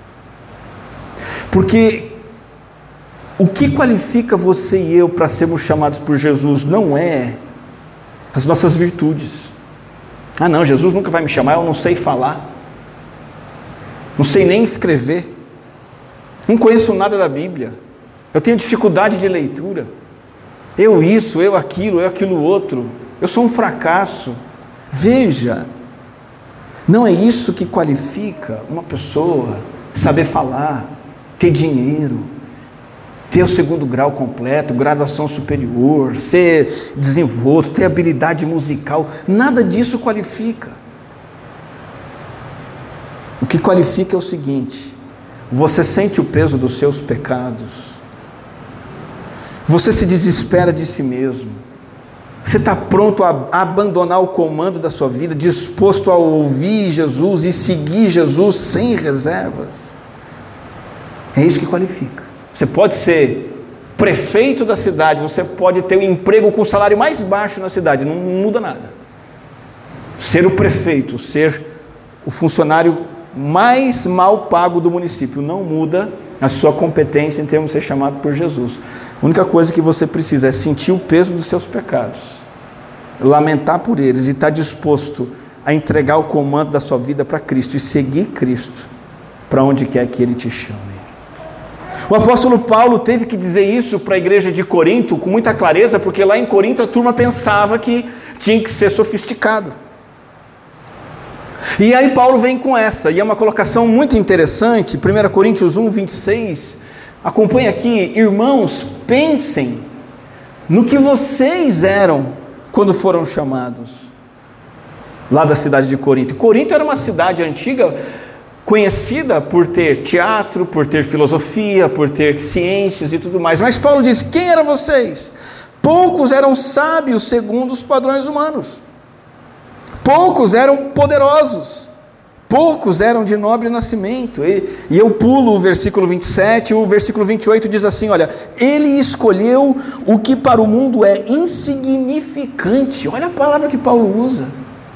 Porque o que qualifica você e eu para sermos chamados por Jesus não é as nossas virtudes. Ah não, Jesus nunca vai me chamar, eu não sei falar, não sei nem escrever, não conheço nada da Bíblia, eu tenho dificuldade de leitura, eu isso, eu aquilo outro, eu sou um fracasso. Veja, não é isso que qualifica uma pessoa saber falar, ter dinheiro, ter o 2º grau completo, graduação superior, ser desenvolto, ter habilidade musical. Nada disso qualifica. O que qualifica é o seguinte: Você sente o peso dos seus pecados? Você se desespera de si mesmo? Você está pronto a abandonar o comando da sua vida, disposto a ouvir Jesus e seguir Jesus sem reservas? É isso que qualifica. Você pode ser prefeito da cidade, você pode ter um emprego com o salário mais baixo na cidade, não muda nada. Ser o prefeito, ser o funcionário mais mal pago do município, não muda a sua competência em termos de ser chamado por Jesus. A única coisa que você precisa é sentir o peso dos seus pecados, lamentar por eles e estar disposto a entregar o comando da sua vida para Cristo e seguir Cristo para onde quer que Ele te chame. O apóstolo Paulo teve que dizer isso para a igreja de Corinto com muita clareza, porque lá em Corinto a turma pensava que tinha que ser sofisticado. E aí Paulo vem com essa, e é uma colocação muito interessante, 1 Coríntios 1, 26, acompanha aqui: irmãos, pensem no que vocês eram quando foram chamados, lá da cidade de Corinto. Corinto era uma cidade antiga, conhecida por ter teatro, por ter filosofia, por ter ciências e tudo mais, mas Paulo diz: quem eram vocês? Poucos eram sábios segundo os padrões humanos, poucos eram poderosos, poucos eram de nobre nascimento. E eu pulo o versículo 27, o versículo 28 diz assim: olha, ele escolheu o que para o mundo é insignificante. Olha a palavra que Paulo usa.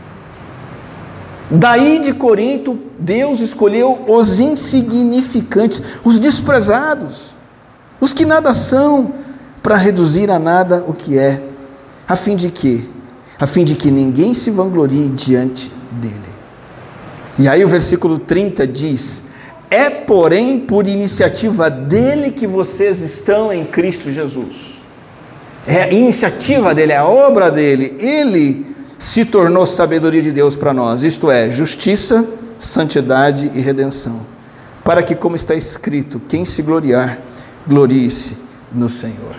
Daí de Corinto, Deus escolheu os insignificantes, os desprezados, os que nada são, para reduzir a nada o que é, a fim de que ninguém se vanglorie diante dele. E aí o versículo 30 diz: é porém por iniciativa dele que vocês estão em Cristo Jesus. É a iniciativa dele, é a obra dele. Ele se tornou sabedoria de Deus para nós, isto é, justiça, santidade e redenção, para que, como está escrito, quem se gloriar, glorie-se no Senhor.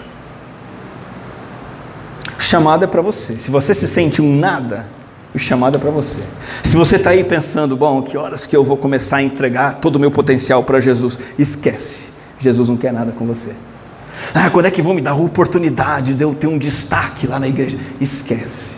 O chamado é para você. Se você se sente um nada, o chamado é para você. Se você está aí pensando: bom, que horas que eu vou começar a entregar todo o meu potencial para Jesus? Esquece, Jesus não quer nada com você. Quando é que vão me dar a oportunidade de eu ter um destaque lá na igreja? Esquece.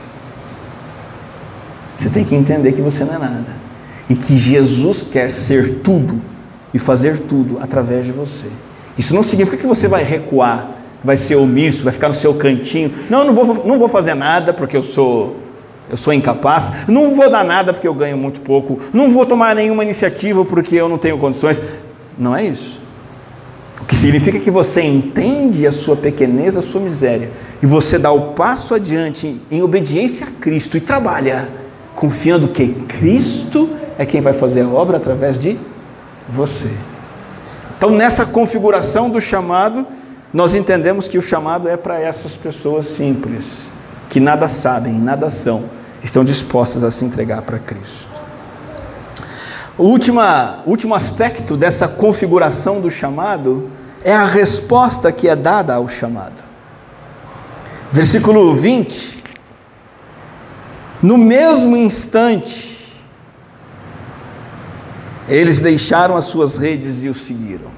Você tem que entender que você não é nada, e que Jesus quer ser tudo e fazer tudo através de você. Isso não significa que você vai recuar, vai ser omisso, vai ficar no seu cantinho. Não vou fazer nada porque eu sou incapaz, não vou dar nada porque eu ganho muito pouco, não vou tomar nenhuma iniciativa porque eu não tenho condições. Não é isso. O que significa que você entende a sua pequenez, a sua miséria, e você dá o passo adiante em obediência a Cristo e trabalha confiando que Cristo é quem vai fazer a obra através de você. Então, nessa configuração do chamado, nós entendemos que o chamado é para essas pessoas simples, que nada sabem, nada são, estão dispostas a se entregar para Cristo. O último aspecto dessa configuração do chamado é a resposta que é dada ao chamado. Versículo 20: no mesmo instante, eles deixaram as suas redes e o seguiram.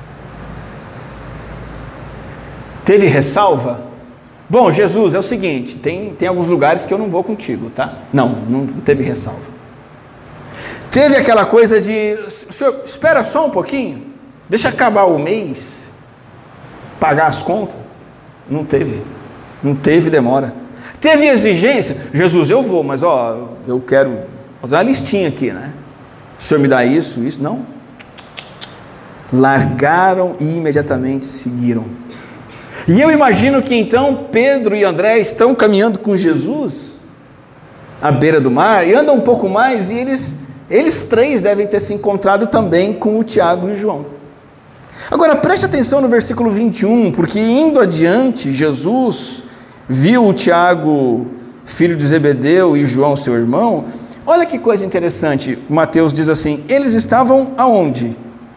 Teve ressalva? Bom, Jesus, é o seguinte, tem alguns lugares que eu não vou contigo, tá? Não teve ressalva. Teve aquela coisa de: senhor, espera só um pouquinho, deixa acabar o mês, pagar as contas. Não teve demora. Teve exigência: Jesus, eu vou, mas eu quero fazer uma listinha aqui, né? O senhor me dá isso? Não. Largaram e imediatamente seguiram. E eu imagino que então Pedro e André estão caminhando com Jesus à beira do mar, e andam um pouco mais, e eles três devem ter se encontrado também com o Tiago e João. Agora preste atenção no versículo 21, porque indo adiante, Jesus viu o Tiago, filho de Zebedeu, e João, seu irmão. Olha que coisa interessante, Mateus diz assim: eles estavam aonde?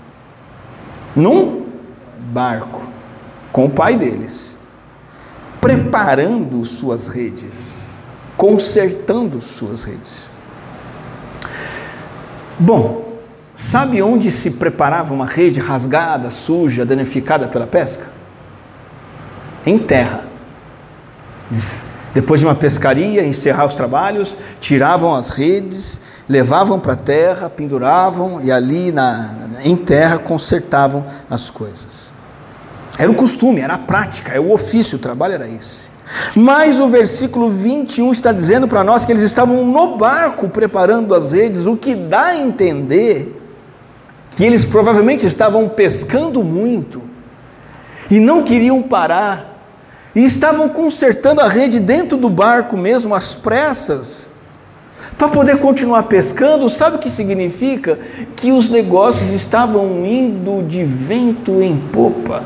Num barco, com o pai deles, preparando suas redes, consertando suas redes. Bom, sabe onde se preparava uma rede rasgada, suja, danificada pela pesca? Em terra. Depois de uma pescaria, encerrar os trabalhos, tiravam as redes, levavam para a terra, penduravam e ali em terra consertavam as coisas. Era o costume, era a prática, era o ofício, o trabalho era esse. Mas o versículo 21 está dizendo para nós que eles estavam no barco preparando as redes, o que dá a entender que eles provavelmente estavam pescando muito e não queriam parar, e estavam consertando a rede dentro do barco mesmo, às pressas, para poder continuar pescando. Sabe o que significa? Que os negócios estavam indo de vento em popa.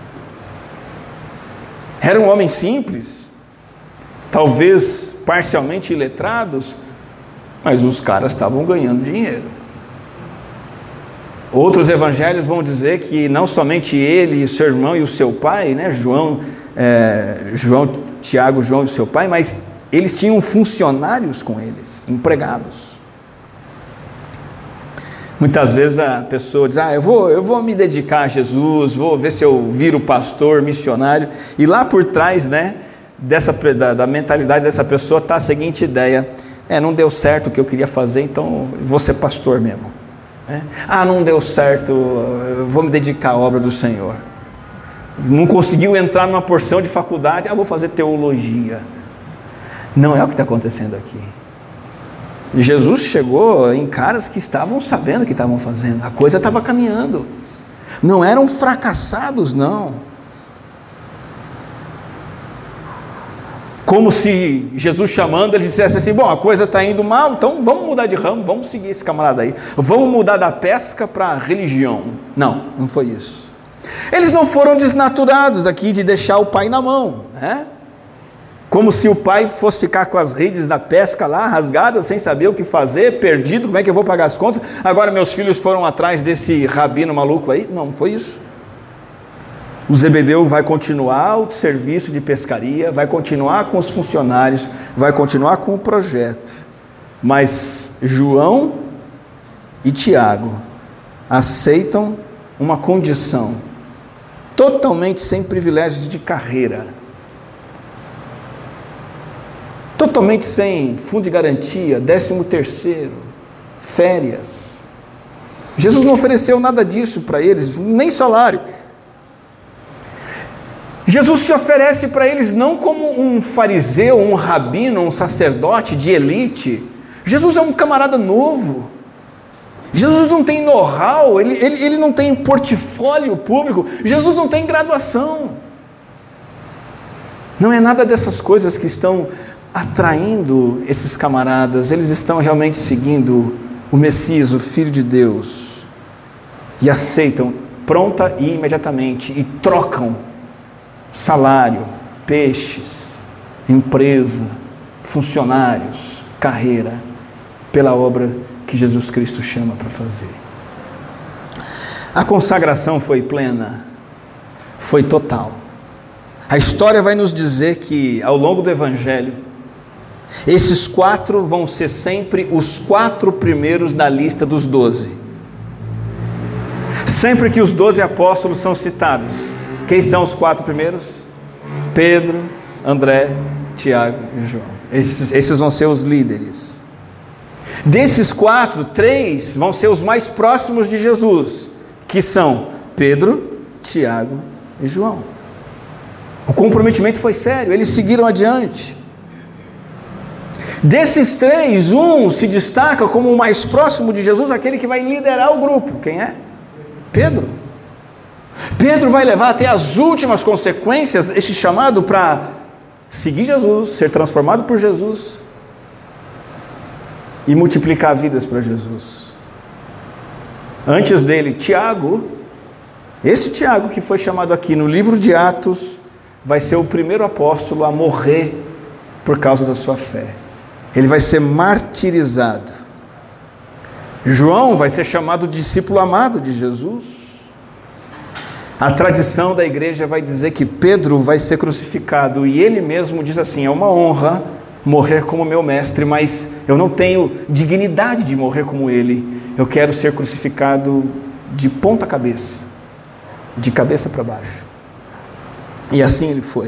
Eram homens simples, talvez parcialmente iletrados, mas os caras estavam ganhando dinheiro. Outros evangelhos vão dizer que não somente ele, e seu irmão e o seu pai, né, Tiago, João e o seu pai, mas eles tinham funcionários com eles, empregados. Muitas vezes a pessoa diz, eu vou me dedicar a Jesus, vou ver se eu viro pastor, missionário, e lá por trás, né, da mentalidade dessa pessoa está a seguinte ideia: não deu certo o que eu queria fazer, então vou ser pastor mesmo. Não deu certo, vou me dedicar à obra do Senhor. Não conseguiu entrar numa porção de faculdade, vou fazer teologia. Não é o que está acontecendo aqui. Jesus chegou em caras que estavam sabendo o que estavam fazendo, a coisa estava caminhando, não eram fracassados, não. Como se Jesus chamando, ele dissesse assim: bom, a coisa está indo mal, então vamos mudar de ramo, vamos seguir esse camarada aí, vamos mudar da pesca para a religião. Não foi isso. Eles não foram desnaturados aqui de deixar o pai na mão, né? Como se o pai fosse ficar com as redes da pesca lá, rasgadas, sem saber o que fazer, perdido, como é que eu vou pagar as contas? Agora meus filhos foram atrás desse rabino maluco aí. Não foi isso. O Zebedeu vai continuar o serviço de pescaria, vai continuar com os funcionários, vai continuar com o projeto. Mas João e Tiago aceitam uma condição totalmente sem privilégios de carreira, totalmente sem fundo de garantia, 13º, férias. Jesus não ofereceu nada disso para eles, nem salário. Jesus se oferece para eles não como um fariseu, um rabino, um sacerdote de elite. Jesus é um camarada novo. Jesus não tem know-how, ele não tem portfólio público. Jesus não tem graduação. Não é nada dessas coisas que estão atraindo esses camaradas. Eles estão realmente seguindo o Messias, o Filho de Deus, e aceitam pronta e imediatamente, e trocam salário, peixes, empresa, funcionários, carreira, pela obra que Jesus Cristo chama para fazer. A consagração foi plena, foi total. A história vai nos dizer que ao longo do Evangelho, esses 4 vão ser sempre os 4 primeiros da lista dos 12. Sempre que os 12 apóstolos são citados, quem são os 4 primeiros? Pedro, André, Tiago e João. Esses vão ser os líderes. Desses 4, 3 vão ser os mais próximos de Jesus, que são Pedro, Tiago e João. O comprometimento foi sério, eles seguiram adiante. Desses 3, um se destaca como o mais próximo de Jesus, aquele que vai liderar o grupo. Quem é? Pedro. Pedro vai levar até as últimas consequências este chamado para seguir Jesus, ser transformado por Jesus e multiplicar vidas para Jesus. Antes dele, Tiago, esse Tiago que foi chamado aqui no livro de Atos, vai ser o primeiro apóstolo a morrer por causa da sua fé. Ele vai ser martirizado. João vai ser chamado discípulo amado de Jesus. A tradição da igreja vai dizer que Pedro vai ser crucificado, e ele mesmo diz assim: é uma honra morrer como meu mestre, mas eu não tenho dignidade de morrer como ele. eu quero ser crucificado de ponta cabeça, de cabeça para baixo. E assim ele foi.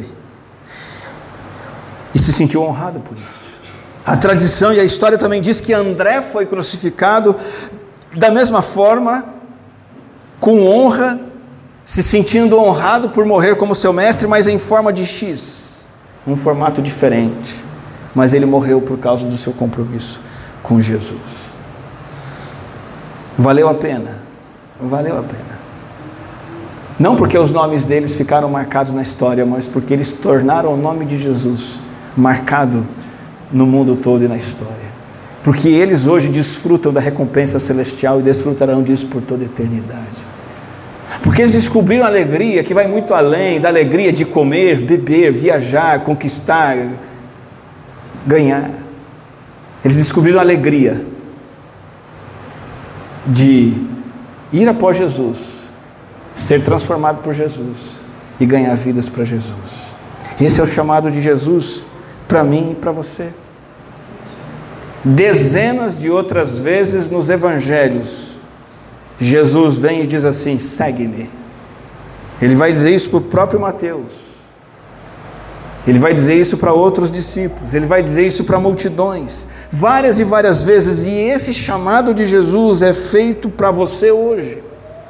E se sentiu honrado por isso. A tradição e a história também diz que André foi crucificado da mesma forma, com honra, se sentindo honrado por morrer como seu mestre, mas em forma de X, um formato diferente. Mas ele morreu por causa do seu compromisso com Jesus. Valeu a pena? Valeu a pena. Não porque os nomes deles ficaram marcados na história, mas porque eles tornaram o nome de Jesus marcado no mundo todo e na história. Porque eles hoje desfrutam da recompensa celestial e desfrutarão disso por toda a eternidade. Porque eles descobriram a alegria que vai muito além da alegria de comer, beber, viajar, conquistar, ganhar. Eles descobriram a alegria de ir após Jesus, ser transformado por Jesus e ganhar vidas para Jesus. Esse é o chamado de Jesus para mim e para você. Dezenas de outras vezes nos evangelhos, Jesus vem e diz assim: segue-me. Ele vai dizer isso para o próprio Mateus. Ele vai dizer isso para outros discípulos. Ele vai dizer isso para multidões. Várias e várias vezes. E esse chamado de Jesus é feito para você hoje.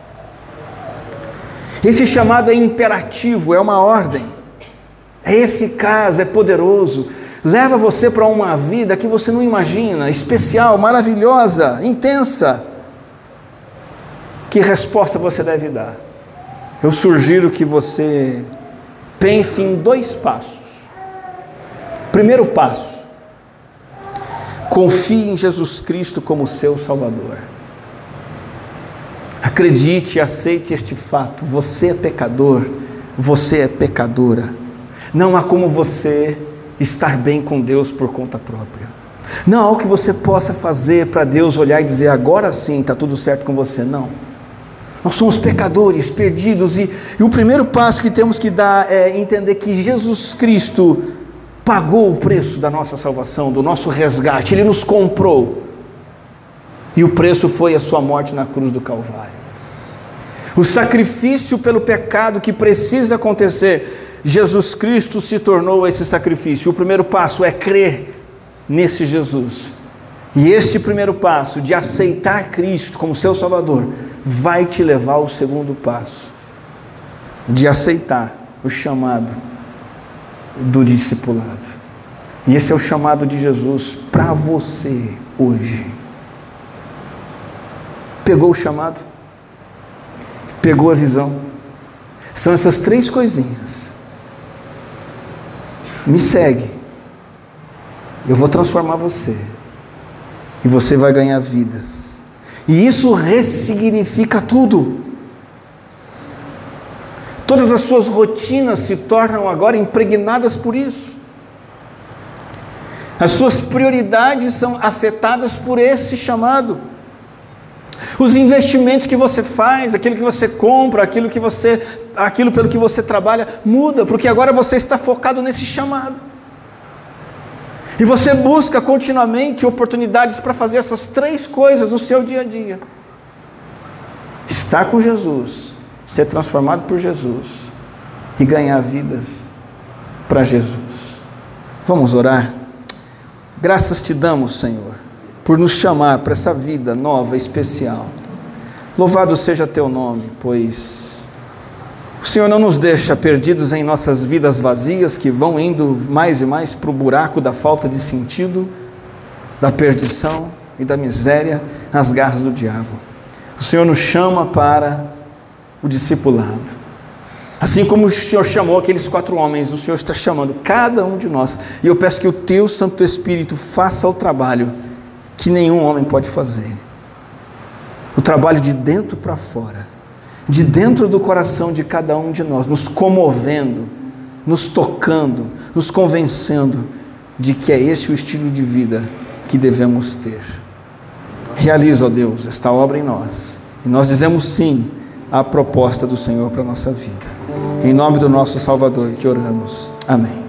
Esse chamado é imperativo, é uma ordem. É eficaz, é poderoso. Leva você para uma vida que você não imagina, especial, maravilhosa, intensa. Que resposta você deve dar? Eu sugiro que você pense em 2 passos. Primeiro passo: confie em Jesus Cristo como seu Salvador. Acredite e aceite este fato: você é pecador, você é pecadora. Não há como você estar bem com Deus por conta própria. Não há o que você possa fazer para Deus olhar e dizer: agora sim está tudo certo com você. Não. Nós somos pecadores, perdidos, e o primeiro passo que temos que dar é entender que Jesus Cristo pagou o preço da nossa salvação, do nosso resgate. Ele nos comprou, e o preço foi a sua morte na cruz do Calvário. O sacrifício pelo pecado que precisa acontecer, Jesus Cristo se tornou esse sacrifício. O primeiro passo é crer nesse Jesus, e este primeiro passo de aceitar Cristo como seu Salvador vai te levar ao segundo passo, de aceitar o chamado do discipulado. E esse é o chamado de Jesus para você hoje. Pegou o chamado? Pegou a visão? São essas 3 coisinhas. Me segue, eu vou transformar você, e você vai ganhar vidas. E isso ressignifica tudo. Todas as suas rotinas se tornam agora impregnadas por isso. As suas prioridades são afetadas por esse chamado. Os investimentos que você faz, aquilo que você compra, aquilo pelo que você trabalha, muda, porque agora você está focado nesse chamado. E você busca continuamente oportunidades para fazer essas 3 coisas no seu dia a dia. Estar com Jesus, ser transformado por Jesus e ganhar vidas para Jesus. Vamos orar? Graças te damos, Senhor, por nos chamar para essa vida nova, especial. Louvado seja teu nome, pois o Senhor não nos deixa perdidos em nossas vidas vazias, que vão indo mais e mais para o buraco da falta de sentido, da perdição e da miséria nas garras do diabo. O Senhor nos chama para o discipulado. Assim como o Senhor chamou aqueles 4 homens, o Senhor está chamando cada um de nós. E eu peço que o teu Santo Espírito faça o trabalho que nenhum homem pode fazer. O trabalho de dentro para fora, de dentro do coração de cada um de nós, nos comovendo, nos tocando, nos convencendo de que é esse o estilo de vida que devemos ter. Realiza, ó Deus, esta obra em nós, e nós dizemos sim à proposta do Senhor para a nossa vida. Em nome do nosso Salvador que oramos. Amém.